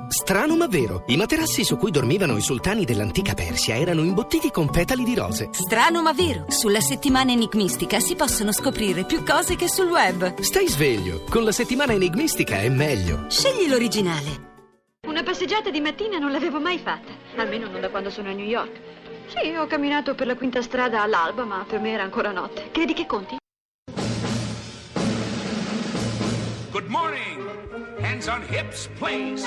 Strano ma vero, i materassi su cui dormivano i sultani dell'antica Persia erano imbottiti con petali di rose. Strano ma vero, sulla settimana enigmistica si possono scoprire più cose che sul web. Stai sveglio, con la settimana enigmistica è meglio. Scegli l'originale. Una passeggiata di mattina non l'avevo mai fatta, almeno non da quando sono a New York. Sì, ho camminato per la quinta strada all'alba, ma per me era ancora notte. Credi che conti? Good morning. Hands on hips, please.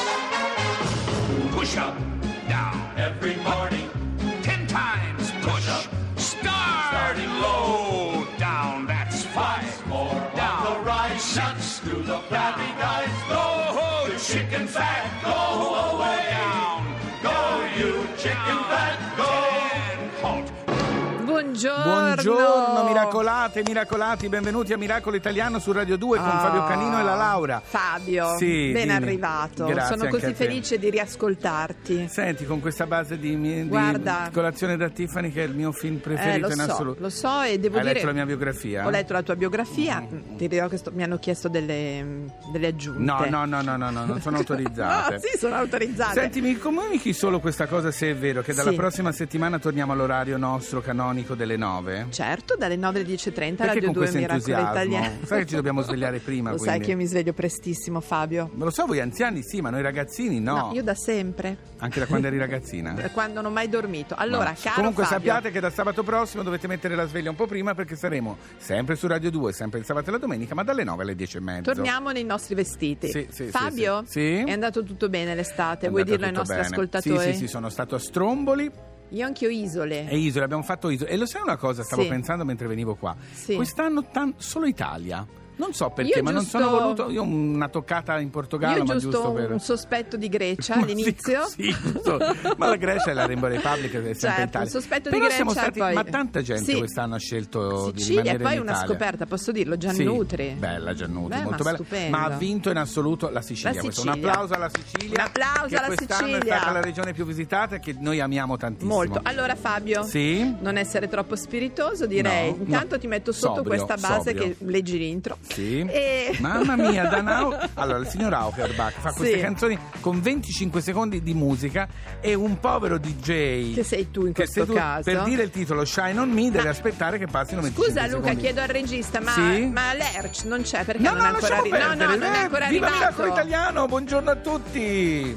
Push up, down. Every morning. 10 times. Push up. Starting low. Down. That's 5 more. Down. On the rise. 6. To the flabby guys. Go, chicken fat. Go away. Down. Go, you chicken fat. Go. 10. Halt. Buongiorno miracolati, benvenuti a Miracolo Italiano su Radio 2 con Fabio Canino e la Laura. Fabio, sì, ben dimmi. Arrivato. Grazie, sono così felice di riascoltarti. Senti, con questa base di Colazione da Tiffany, che è il mio film preferito in assoluto. Lo so, e devo dire... Hai letto la mia biografia? Ho letto la tua biografia, ti dirò che mi hanno chiesto delle aggiunte. No, non sono autorizzate. No, sì, sono autorizzate. Senti, mi comunichi solo questa cosa, se è vero, che dalla prossima settimana torniamo all'orario nostro canonico delle 9? Certo, dalle 9 alle 10:30 Radio 2 Miracolo entusiasmo? Italiano. Sai che ci dobbiamo svegliare prima? Lo quindi. sai che io mi sveglio prestissimo, Fabio. Ma lo so, voi anziani sì, ma noi ragazzini no. No, io da sempre. Anche da quando eri ragazzina? Quando non ho mai dormito. Allora, no. caro Comunque Fabio, sappiate che da sabato prossimo dovete mettere la sveglia un po' prima, perché saremo sempre su Radio 2, sempre il sabato e la domenica, ma dalle 9 alle 10:30. Torniamo nei nostri vestiti. Sì, Fabio, sì. È andato tutto bene l'estate? Vuoi dirlo ai nostri ascoltatori? Sì, sono stato a Stromboli. Io anch'io Isole. E Isole, abbiamo fatto Isole. E lo sai una cosa, stavo pensando mentre venivo qua? Sì. Quest'anno solo Italia. Non so perché, ma non sono voluto. Io una toccata in Portogallo, io ma giusto per un sospetto di Grecia all'inizio. Sì, ma la Grecia è la Rainbow Republic, è sempre Italia. Un sospetto però di Grecia. Siamo stati, poi... Ma tanta gente quest'anno ha scelto Sicilia, di rimanere e poi in una Italia. scoperta, posso dirlo, Giannutri. Sì, bella Giannutri, Beh, molto bella. stupendo. Ma ha vinto in assoluto la Sicilia. Un applauso alla Sicilia. Un applauso che alla quest'anno Sicilia. è stata la regione più visitata, che noi amiamo tantissimo. Molto. Allora Fabio, non essere troppo spiritoso, direi. No, intanto ti metto sotto questa base che leggi l'intro. Sì. Mamma mia, allora il signor Auerbach fa queste canzoni con 25 secondi di musica, e un povero DJ che sei tu in questo caso, per dire il titolo Shine on Me deve aspettare che passino 25 secondi. Scusa Luca, chiedo al regista, ma l'Erc non c'è perché non è ancora arrivato? No, non è ancora viva arrivato. Miracolo Italiano, buongiorno a tutti.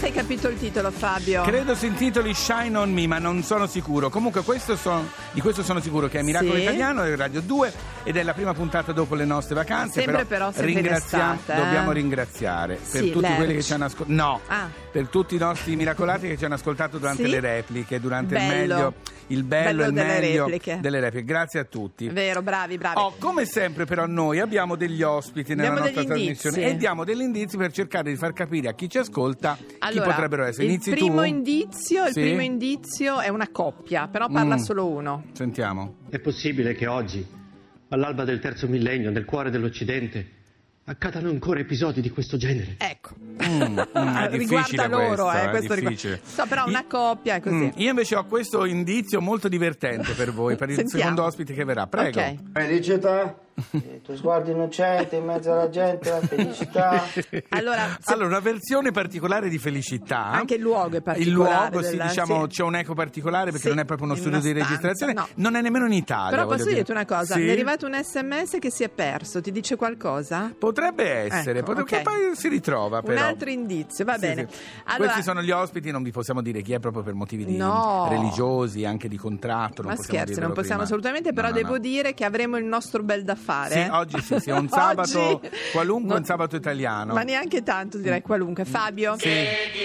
se hai capito il titolo, Fabio. Credo si intitoli Shine on Me, ma non sono sicuro. Comunque di questo sono sicuro, che è Miracolo Italiano, è Radio 2 ed è la prima puntata dopo le nostre vacanze. Sempre però dobbiamo ringraziare per tutti quelli che ci hanno ascoltato. Per tutti i nostri miracolati che ci hanno ascoltato durante le repliche, durante il bello e il meglio delle repliche. Grazie a tutti. Vero, bravi. Come sempre però noi abbiamo degli ospiti nella nostra trasmissione e diamo degli indizi per cercare di far capire a chi ci ascolta chi potrebbero essere. Inizi il primo indizio è una coppia, però parla solo uno. Sentiamo. È possibile che oggi, all'alba del terzo millennio, nel cuore dell'Occidente, accadano ancora episodi di questo genere? Ecco, riguarda loro, questo è difficile. Però una coppia è così. Io invece ho questo indizio molto divertente per voi, per il secondo ospite che verrà. Prego. Felicità, i tuoi sguardi innocenti in mezzo alla gente, la felicità. Allora, una versione particolare di felicità. Anche il luogo è particolare. Il luogo, c'è un eco particolare perché non è proprio uno studio di registrazione, non è nemmeno in Italia. Però posso dirti una cosa, mi è arrivato un SMS che si è perso, ti dice qualcosa? Potrebbe essere, poi si ritrova però. Un altro indizio, va bene. Allora, questi sono gli ospiti, non vi possiamo dire chi è proprio per motivi religiosi, anche di contratto. Ma scherzi, non possiamo assolutamente, però devo dire che avremo il nostro bel da fare. Sì, oggi sì, è un sabato qualunque, un sabato italiano. Ma neanche tanto, direi qualunque. Fabio? Sì.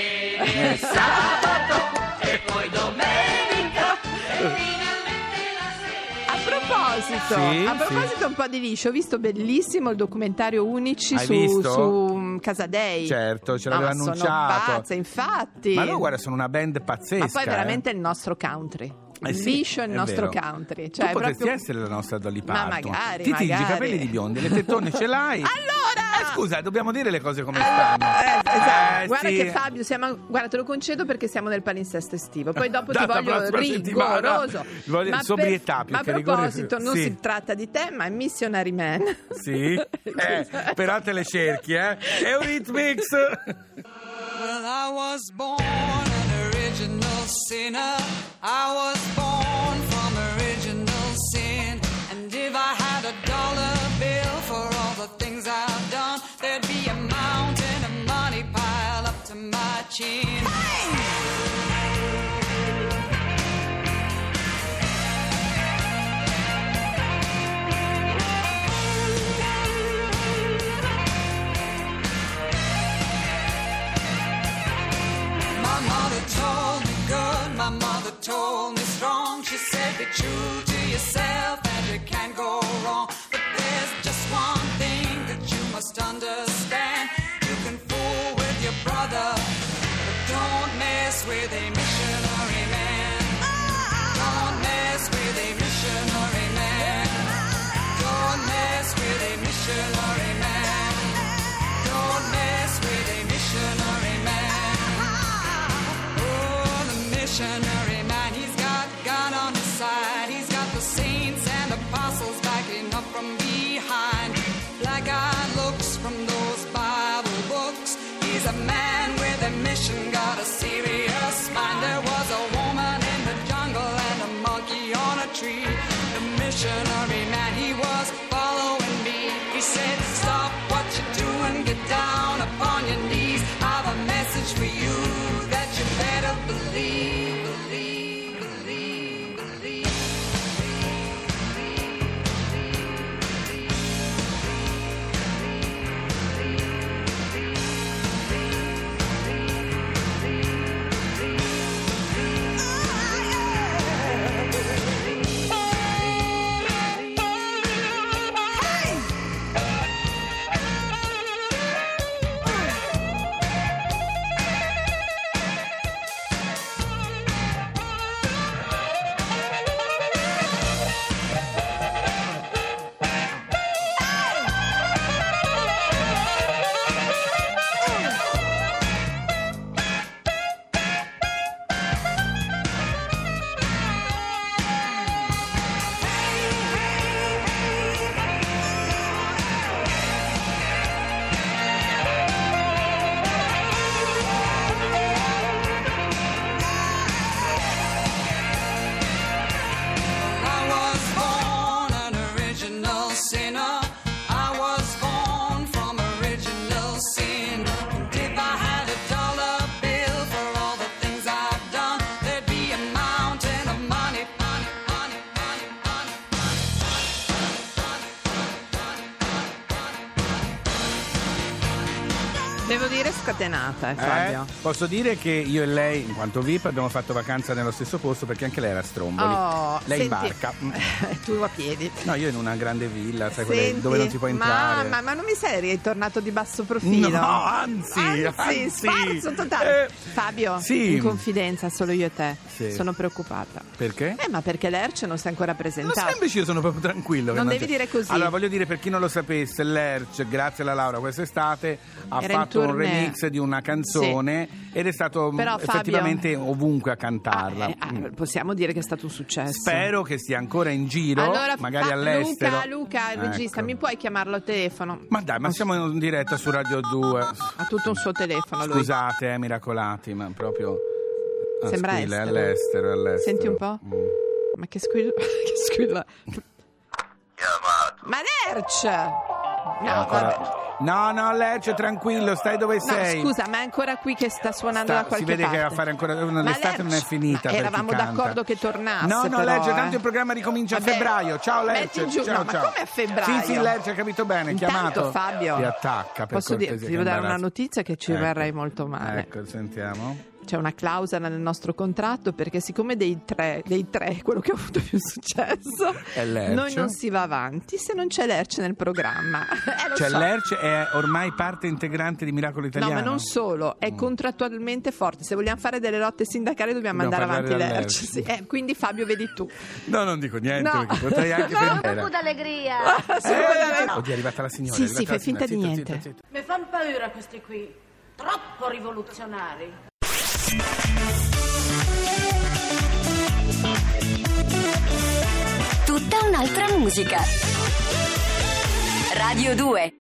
Sabato e poi domenica. A proposito un po' di liscio, ho visto bellissimo il documentario Unici su Casadei. Certo, ce l'aveva annunciato. Sono pazza, infatti. Ma no, guarda, sono una band pazzesca. Ma poi veramente il nostro country. Liscio il nostro country. Cioè, potresti essere la nostra Dolly Parton. Ma magari. Ti tingi i capelli di biondi, le tettone ce l'hai. Allora! Scusa, dobbiamo dire le cose come stanno. Esatto. Guarda che Fabio, guarda, te lo concedo perché siamo nel palinsesto estivo. Poi dopo ti voglio rigoroso. Sobrietà più che rigore. A proposito, non si tratta di te, ma è Missionary Man. Sì. Però te le cerchi, Eurythmics. Well, I was born an original sinner. I was born from original sin. And if I had $1 bill for all the things I've done, there'd be a mountain of money piled up to my chin. My mother told me good, my mother told me strong. She said be true to yourself and you can't go wrong. But there's just one thing that you must understand. You can fool with your brother, but don't mess with a missionary man. Don't mess with a missionary man. Don't mess with a missionary man. Don't mess with a missionary man. Missionary man, he's got God on his side. He's got the saints and apostles backing up from behind. Black-eyed looks from those Bible books. He's a man with a mission, got a serious mind. There was a woman in the jungle and a monkey on a tree. The missionary man, he was following me. He said, stop what you're doing, get down upon your knees. I've a message for you that you better believe. Devo dire scatenata, Fabio. Posso dire che io e lei, in quanto VIP, abbiamo fatto vacanza nello stesso posto perché anche lei era a Stromboli. Lei in barca. Tu a piedi. No, io in una grande villa, sai, quelle dove non si può entrare. Ma non mi sei ritornato di basso profilo? No, anzi. Sfarzo totale. Fabio, sì. In confidenza, solo io e te. Sì. Sono preoccupata. Perché? Ma perché l'Erce non si è ancora presentato. Non invece io sono proprio tranquillo. Non devi dire così. Allora, voglio dire, per chi non lo sapesse, l'Erce, grazie alla Laura quest'estate, ha fatto un remix di una canzone ed è stato effettivamente ovunque a cantarla. Possiamo dire che è stato un successo. Spero che sia ancora in giro, allora, magari all'estero. Luca, il regista, mi puoi chiamarlo al telefono? Ma dai, ma siamo in diretta su Radio 2. Ha tutto un suo telefono. Scusate, miracolati, ma proprio sembra all'estero. Senti un po'. Ma che squilla. Ma Lerch! No, Lerch, tranquillo, stai dove sei. Scusa, ma è ancora qui che sta suonando da qualche parte. Si vede che va a fare ancora. L'estate non è finita. Eravamo d'accordo che tornasse. No, Lerch, tanto il programma ricomincia a febbraio. Ciao, Lerch. Ciao. Ma come a febbraio? Sì, Lerch, hai capito bene. Chiamato. Fabio. Ti attacca. Posso ti devo dare una notizia che ci verrei molto male. Ecco, sentiamo. C'è una clausola nel nostro contratto perché siccome dei tre quello che ha avuto più successo è Lerch. Noi non si va avanti se non c'è Lerch nel programma. Lerch è ormai parte integrante di Miracolo Italiano. No, ma non solo, è contrattualmente forte. Se vogliamo fare delle lotte sindacali dobbiamo andare avanti Lerch. Sì. Quindi Fabio vedi tu. No, non dico niente perché potrei anche proprio d'allegria. Oddio, è arrivata la signora. Sì, fai finta di niente. Zitto. Mi fanno paura questi qui, troppo rivoluzionari. Tutta un'altra musica. Radio 2.